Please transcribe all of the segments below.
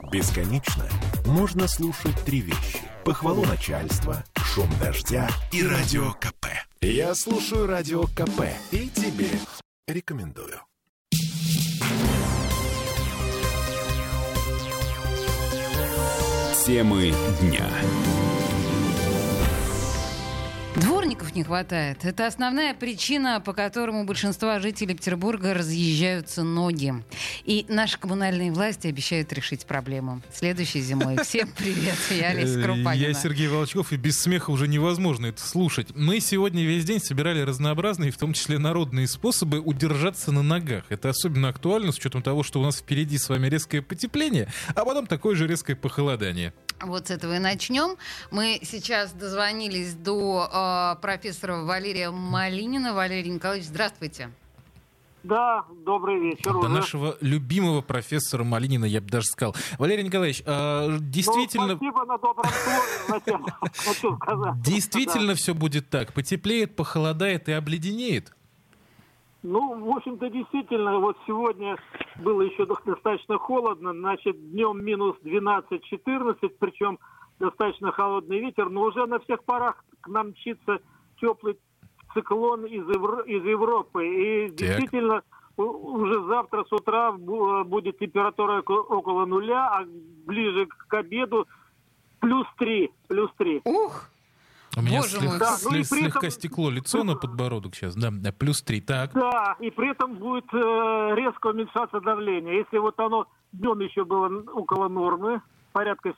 Бесконечно можно слушать три вещи: похвалу начальства, шум дождя и радио КП. Я слушаю радио КП и тебе рекомендую. Темы дня. Дворников не хватает. Это основная причина, по которой у большинства жителей Петербурга разъезжаются ноги. И наши коммунальные власти обещают решить проблему следующей зимой. Всем привет, я Олеся Крупанина. Я Сергей Волчков, и без смеха уже невозможно это слушать. Мы сегодня весь день собирали разнообразные, в том числе народные способы удержаться на ногах. Это особенно актуально с учетом того, что у нас впереди с вами резкое потепление, а потом такое же резкое похолодание. Вот с этого и начнем. Мы сейчас дозвонились до профессора Валерия Малинина. Валерий Николаевич, здравствуйте. Да, добрый вечер. До нашего любимого профессора Малинина, я бы даже сказал. Валерий Николаевич, действительно... Спасибо на добром слове, хочу сказать. Действительно все будет так? Потеплеет, похолодает и обледенеет? Ну, в общем-то, действительно, вот сегодня было еще достаточно холодно, значит, днем минус 12-14, причем достаточно холодный ветер, но уже на всех парах к нам мчится теплый циклон из Европы. И действительно, уже завтра с утра будет температура около нуля, а ближе к обеду плюс 3. Ух! У меня Боже мой. слегка стекло лицо на подбородок сейчас. Да, плюс 3. Так. Да, и при этом будет резко уменьшаться давление. Если вот оно днем еще было около нормы, порядка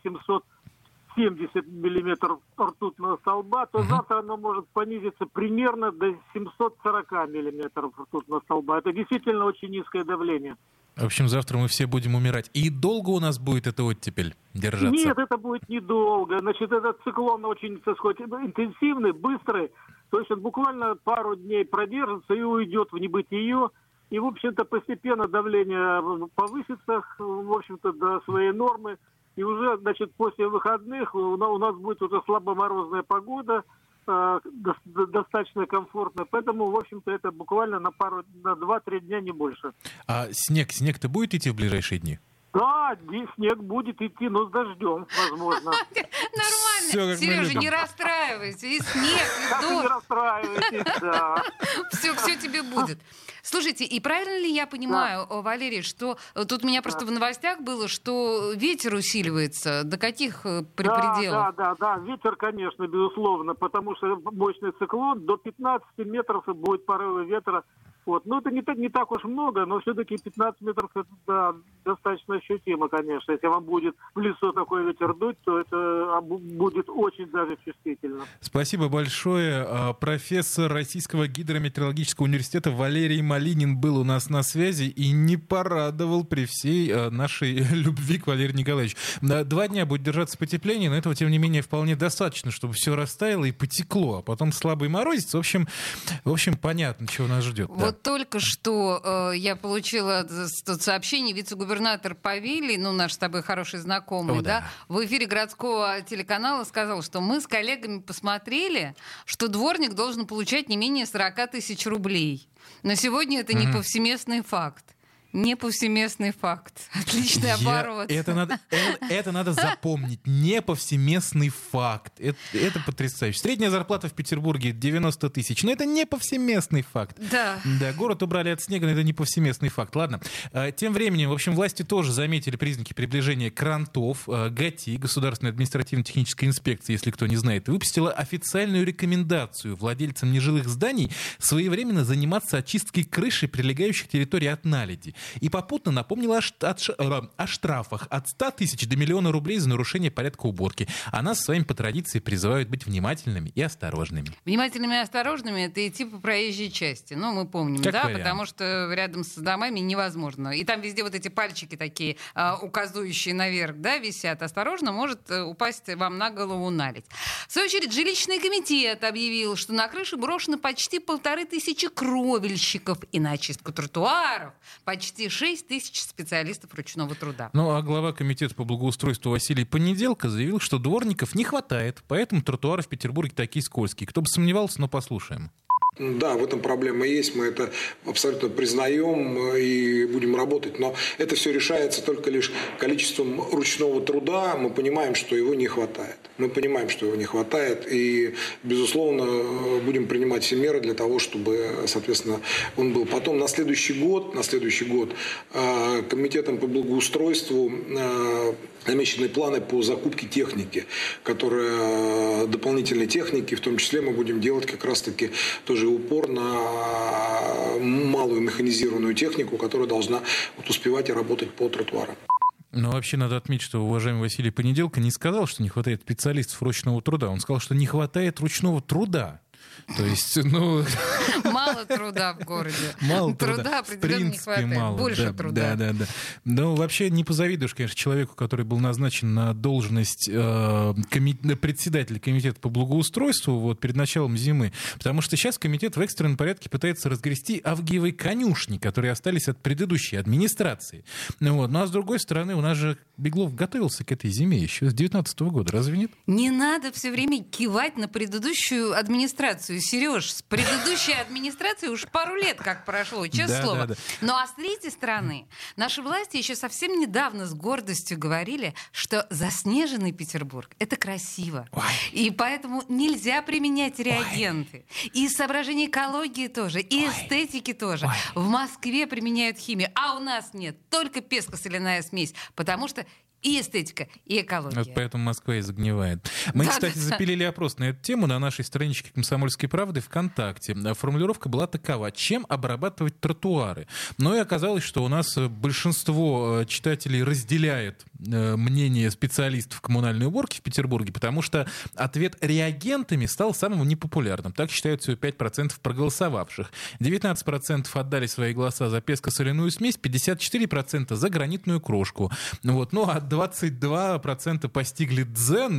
770 миллиметров ртутного столба, то завтра оно может понизиться примерно до 740 миллиметров ртутного столба. Это действительно очень низкое давление. В общем, завтра мы все будем умирать. И долго у нас будет эта оттепель держаться? Нет, это будет недолго. Значит, этот циклон очень, так сказать, интенсивный, быстрый. То есть он буквально пару дней продержится и уйдет в небытие. И, в общем-то, постепенно давление повысится, в общем-то, до своей нормы. И уже, значит, после выходных у нас будет уже слабоморозная погода, достаточно комфортно. Поэтому, в общем-то, это буквально на 2-3 дня, не больше. А снег-то будет идти в ближайшие дни? Да, снег будет идти, но с дождем, возможно. Нормально. Сережа, не расстраивайся. И снег, и дождь. Не расстраивайтесь, да. Все тебе будет. Слушайте, и правильно ли я понимаю, Валерий, что тут у меня просто в новостях было, что ветер усиливается? До каких пределов? Да, ветер, конечно, безусловно, потому что мощный циклон, до 15 метров будет порывы ветра. Вот. Ну, это не так уж много, но все-таки 15 метров это достаточно ощутимо, конечно. Если вам будет в лицо такой ветер дуть, то это будет очень даже чувствительно. Спасибо большое. Профессор Российского гидрометеорологического университета Валерий Малинин был у нас на связи и не порадовал при всей нашей любви к Валерию Николаевичу. 2 дня будет держаться потепление, но этого, тем не менее, вполне достаточно, чтобы все растаяло и потекло, а потом слабый морозец. В общем, понятно, чего нас ждет. Вот только что я получила сообщение, вице-губернатор Павелий, наш с тобой хороший знакомый, в эфире городского телеканала сказал, что мы с коллегами посмотрели, что дворник должен получать не менее 40 тысяч рублей. Но сегодня это не повсеместный факт. Не повсеместный факт. Отличный оборот. Это надо запомнить. Не повсеместный факт. Это потрясающе. Средняя зарплата в Петербурге 90 тысяч. Но это не повсеместный факт. Да. Да, город убрали от снега, но это не повсеместный факт. Ладно. Тем временем, в общем, власти тоже заметили признаки приближения крантов. ГАТИ, Государственная административно-техническая инспекция, если кто не знает, выпустила официальную рекомендацию владельцам нежилых зданий своевременно заниматься очисткой крыши прилегающих территорий от наледи. И попутно напомнила о штрафах от 100 тысяч до 1 миллиона рублей за нарушение порядка уборки. А нас с вами по традиции призывают быть внимательными и осторожными. Внимательными и осторожными — это идти по проезжей части. Мы помним, как вариант. Потому что рядом с домами невозможно. И там везде вот эти пальчики такие, указывающие наверх, висят. Осторожно, может упасть вам на голову наледь. В свою очередь, жилищный комитет объявил, что на крыше брошено почти 1500 кровельщиков, и на очистку тротуаров почти 6 тысяч специалистов ручного труда. А глава комитета по благоустройству Василий Понеделко заявил, что дворников не хватает, поэтому тротуары в Петербурге такие скользкие. Кто бы сомневался, но послушаем. Да, в этом проблема есть, мы это абсолютно признаем и будем работать, но это все решается только лишь количеством ручного труда, мы понимаем, что его не хватает. И, безусловно, будем принимать все меры для того, чтобы, соответственно, он был. Потом на следующий год комитетом по благоустройству намечены планы по закупке техники, дополнительной техники, в том числе мы будем делать как раз-таки тоже упор на малую механизированную технику, которая должна успевать и работать по тротуарам. Но вообще надо отметить, что уважаемый Василий Понеделко не сказал, что не хватает специалистов ручного труда. Он сказал, что не хватает ручного труда. То есть, мало труда в городе. Мало труда определенно не хватает. Мало. Больше труда. Да. Но вообще не позавидуешь, конечно, человеку, который был назначен на должность председателя комитета по благоустройству перед началом зимы. Потому что сейчас комитет в экстренном порядке пытается разгрести авгиевые конюшни, которые остались от предыдущей администрации. Ну а с другой стороны, у нас же Беглов готовился к этой зиме еще с 2019 года. Разве нет? Не надо все время кивать на предыдущую администрацию. Сереж, с предыдущей администрацией уж пару лет как прошло, честное слово. Да. Ну а с третьей стороны, наши власти еще совсем недавно с гордостью говорили, что заснеженный Петербург — это красиво. Ой. И поэтому нельзя применять реагенты. Ой. И из соображений экологии тоже, и эстетики тоже. Ой. В Москве применяют химию, а у нас нет. Только песко-соляная смесь, потому что и эстетика, и экология. Вот поэтому Москва и загнивает. Мы, кстати, запилили опрос на эту тему на нашей страничке «Комсомольской правды» ВКонтакте. Формулировка была такова: чем обрабатывать тротуары? Но и оказалось, что у нас большинство читателей разделяет мнение специалистов коммунальной уборки в Петербурге, потому что ответ реагентами стал самым непопулярным. Так считают всего 5% проголосовавших. 19% отдали свои голоса за песко-соляную смесь, 54% за гранитную крошку. Ну а 22% постигли дзен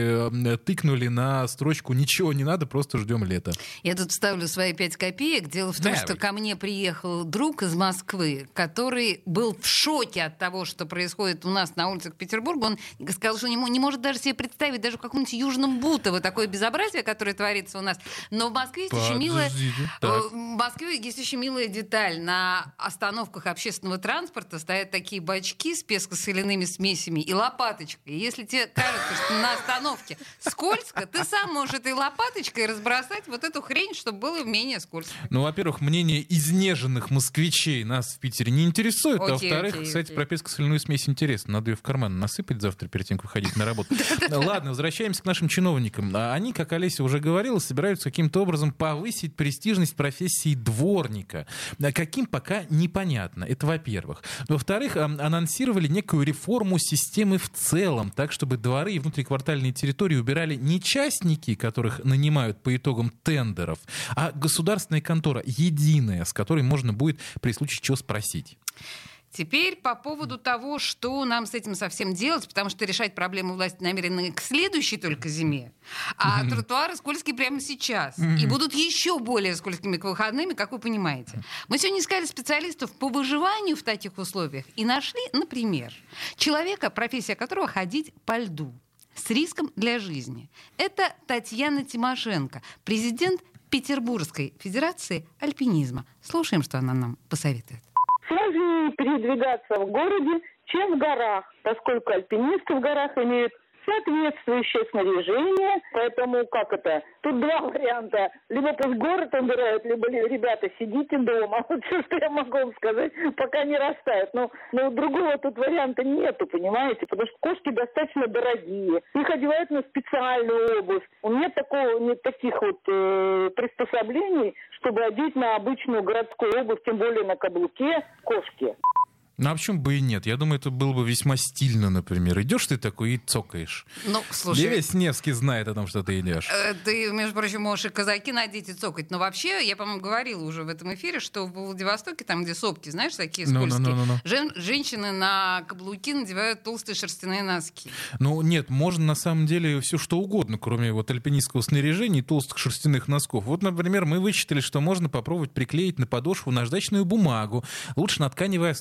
и тыкнули на строчку «Ничего не надо, просто ждем лета». Я тут вставлю свои 5 копеек. Дело в том, что ко мне приехал друг из Москвы, который был в шоке от того, что происходит у нас на улицах Петербурга. Он сказал, что не может даже себе представить даже в каком-нибудь Южном Бутово такое безобразие, которое творится у нас. Но в Москве есть очень милая... В Москве есть очень милая деталь. На остановках общественного транспорта стоят такие бачки с песко-соляными смесями и лопаточкой. И если тебе кажется, что на остановке скользко, ты сам можешь этой лопаточкой разбросать вот эту хрень, чтобы было менее скользко. Ну, во-первых, мнение изнеженных москвичей нас в Питере не интересует. А во-вторых, кстати, про песко-соляную смесь интересно. Надо ее в карман насыпать завтра перед тем, как выходить на работу. Ладно, возвращаемся к нашим чиновникам. Они, как Олеся уже говорила, собираются каким-то образом повысить престижность профессии дворника. Каким, пока непонятно. Это во-первых. Во-вторых, анонсировали некую реформу системы в целом, так, чтобы дворы и внутриквартальные территории убирали не частники, которых нанимают по итогам тендеров, а государственная контора, единая, с которой можно будет при случае чего спросить. Теперь по поводу того, что нам с этим совсем делать, потому что решать проблему власти намерены к следующей только зиме, а тротуары скользкие прямо сейчас. И будут еще более скользкими к выходным, как вы понимаете. Мы сегодня искали специалистов по выживанию в таких условиях и нашли, например, человека, профессия которого ходить по льду с риском для жизни. Это Татьяна Тимошенко, президент Петербургской федерации альпинизма. Слушаем, что она нам посоветует. Сложнее передвигаться в городе, чем в горах, поскольку альпинисты в горах имеют соответствующее снаряжение. Поэтому Тут два варианта. Либо пусть город убирают, либо ребята, сидите дома. Вот все, что я могу вам сказать, пока не растают. Но другого тут варианта нету, понимаете? Потому что кошки достаточно дорогие. Их одевают на специальную обувь. У меня нет таких приспособлений, чтобы одеть на обычную городскую обувь, тем более на каблуке, кошки. Ну, а почему бы и нет? Я думаю, это было бы весьма стильно, например. Идешь ты такой и цокаешь. Ну, слушай... Весь Невский знает о том, что ты идешь. Ты, между прочим, можешь и казаки надеть и цокать. Но вообще, я, по-моему, говорила уже в этом эфире, что в Владивостоке, там, где сопки, знаешь, такие скользкие, женщины на каблуки надевают толстые шерстяные носки. Ну, нет, можно на самом деле все что угодно, кроме альпинистского снаряжения и толстых шерстяных носков. Вот, например, мы вычитали, что можно попробовать приклеить на подошву наждачную бумагу, лучше на тканевой основе. Так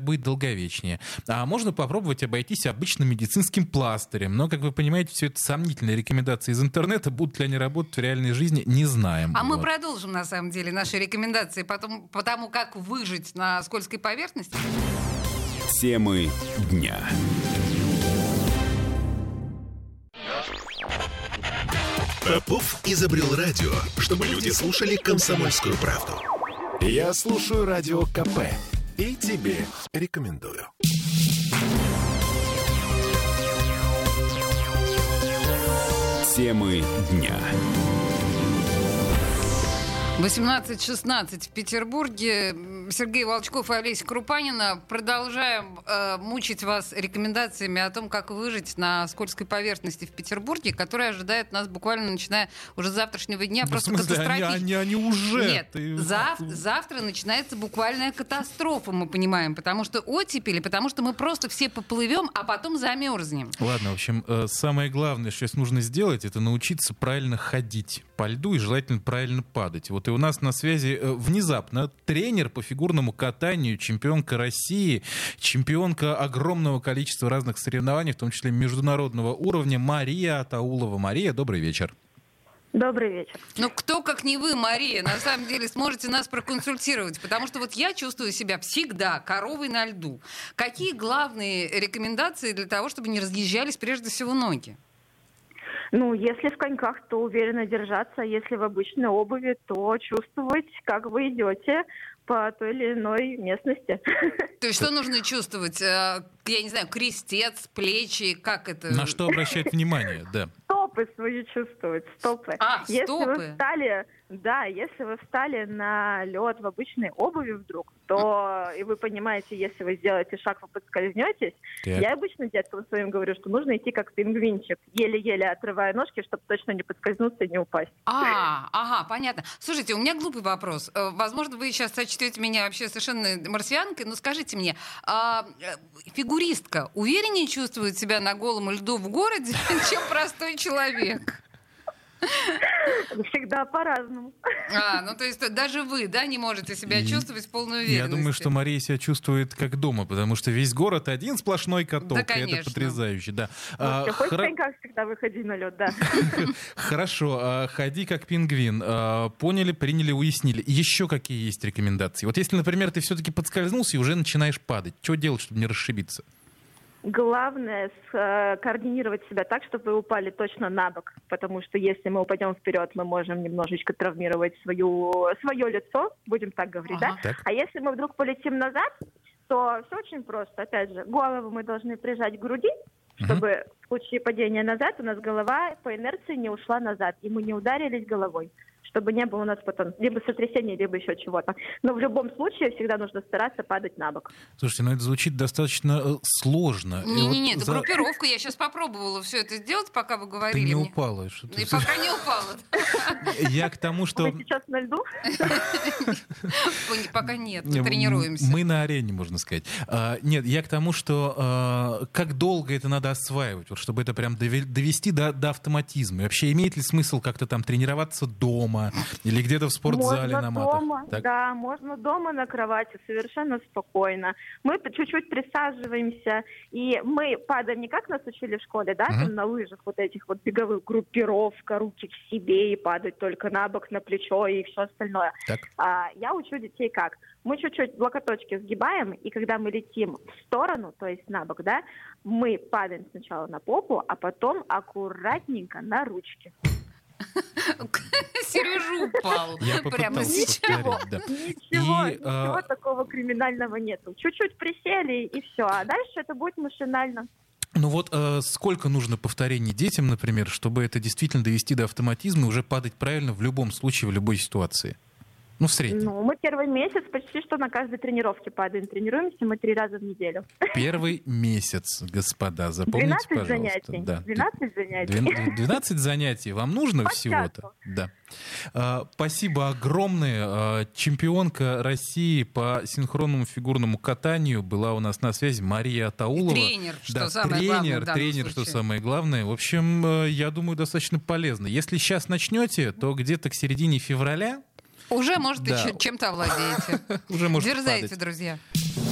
будет долговечнее. А можно попробовать обойтись обычным медицинским пластырем. Но, как вы понимаете, все это сомнительные рекомендации из интернета. Будут ли они работать в реальной жизни, не знаем. А мы продолжим, на самом деле, наши рекомендации по тому, как выжить на скользкой поверхности. Темы дня. Попов изобрел радио, чтобы люди слушали «Комсомольскую правду». Я слушаю Радио КП и тебе рекомендую. Темы дня. 18:16 в Петербурге. Сергей Волчков и Олеся Крупанина. Продолжаем мучить вас рекомендациями о том, как выжить на скользкой поверхности в Петербурге, которая ожидает нас буквально начиная уже с завтрашнего дня. Да, просто в смысле, катастрофически. они уже... Нет, завтра начинается буквальная катастрофа, мы понимаем, потому что оттепели, потому что мы просто все поплывем, а потом замерзнем. Ладно, в общем, самое главное, что сейчас нужно сделать, это научиться правильно ходить по льду и желательно правильно падать. Вот и у нас на связи внезапно тренер по фигурному катанию, чемпионка России, чемпионка огромного количества разных соревнований, в том числе международного уровня, Мария Атаулова. Мария, добрый вечер. Добрый вечер. Ну, кто, как не вы, Мария, на самом деле сможете нас проконсультировать, потому что вот я чувствую себя всегда коровой на льду. Какие главные рекомендации для того, чтобы не разъезжались прежде всего ноги? Ну, если в коньках, то уверенно держаться, если в обычной обуви, то чувствовать, как вы идете по той или иной местности. То есть что нужно чувствовать? Я не знаю, крестец, плечи, как это? На что обращать внимание, да. Стопы свои чувствовать, стопы. Если стопы? Вы если вы встали на лед в обычной обуви вдруг, то и вы понимаете, если вы сделаете шаг, вы подскользнетесь. Так. Я обычно деткам своим говорю, что нужно идти как пингвинчик, еле-еле отрывая ножки, чтобы точно не подскользнуться и не упасть. Ага, понятно. Слушайте, у меня глупый вопрос. Возможно, вы сейчас сочтете меня вообще совершенно марсианкой, но скажите мне, фигуристка увереннее чувствует себя на голом льду в городе, чем простой человек? Всегда по-разному. Ну то есть даже вы, да, не можете себя чувствовать в полной уверенности? Я думаю, что Мария себя чувствует как дома, потому что весь город один сплошной каток. Да, и конечно. это потрясающе, да. Хоть в коньках всегда выходи на лед, да. Хорошо, ходи как пингвин. Поняли, приняли, уяснили. Еще какие есть рекомендации? Вот если, например, ты все-таки подскользнулся и уже начинаешь падать, что делать, чтобы не расшибиться? Главное координировать себя так, чтобы вы упали точно на бок, потому что если мы упадем вперед, мы можем немножечко травмировать свое лицо, будем так говорить, да? Так. А если мы вдруг полетим назад, то все очень просто. Опять же, голову мы должны прижать к груди, чтобы в случае падения назад у нас голова по инерции не ушла назад, и мы не ударились головой, чтобы не было у нас потом либо сотрясения, либо еще чего-то. Но в любом случае всегда нужно стараться падать на бок. Слушайте, это звучит достаточно сложно. Не-не-не, это группировка. Я сейчас попробовала все это сделать, пока вы говорили. Ты не мне. упала. И пока не упала. Я к тому, что... Вы сейчас на льду? Пока нет, мы тренируемся. Мы на арене, можно сказать. Нет, я к тому, что как долго это надо осваивать, вот, чтобы это прям довести до автоматизма. И вообще, имеет ли смысл как-то там тренироваться дома или где-то в спортзале можно на матах? Дома, так? да, можно дома на кровати, совершенно спокойно. Мы чуть-чуть присаживаемся, и мы падаем не как нас учили в школе, да, там на лыжах вот этих вот беговых, группировка, руки к себе и падать только на бок, на плечо и все остальное. Так. Я учу детей как? Мы чуть-чуть локоточки сгибаем, и когда мы летим в сторону, то есть на бок, да, мы падаем сначала на попу, а потом аккуратненько на ручки. Сережа упал. Я Прямо попытался сейчас. повторить, да. Ничего такого криминального нету. Чуть-чуть присели, и все. А дальше это будет машинально. Ну вот сколько нужно повторений детям, например, чтобы это действительно довести до автоматизма и уже падать правильно в любом случае, в любой ситуации? Ну, в среднем. Ну, мы первый месяц почти что на каждой тренировке падаем. Тренируемся мы 3 раза в неделю. Первый месяц, господа, запомните, 12 пожалуйста. занятий. Да. 12 занятий. 12 занятий вам нужно По всего-то? часу. Да. Спасибо огромное. Чемпионка России по синхронному фигурному катанию была у нас на связи Мария Атаулова. Тренер, что да, самое главное в данном тренер, случае. что самое главное. В общем, я думаю, достаточно полезно. Если сейчас начнете, то где-то к середине февраля Уже, может, да. и чем-то овладеете. уже можно Дерзайте, падать. друзья.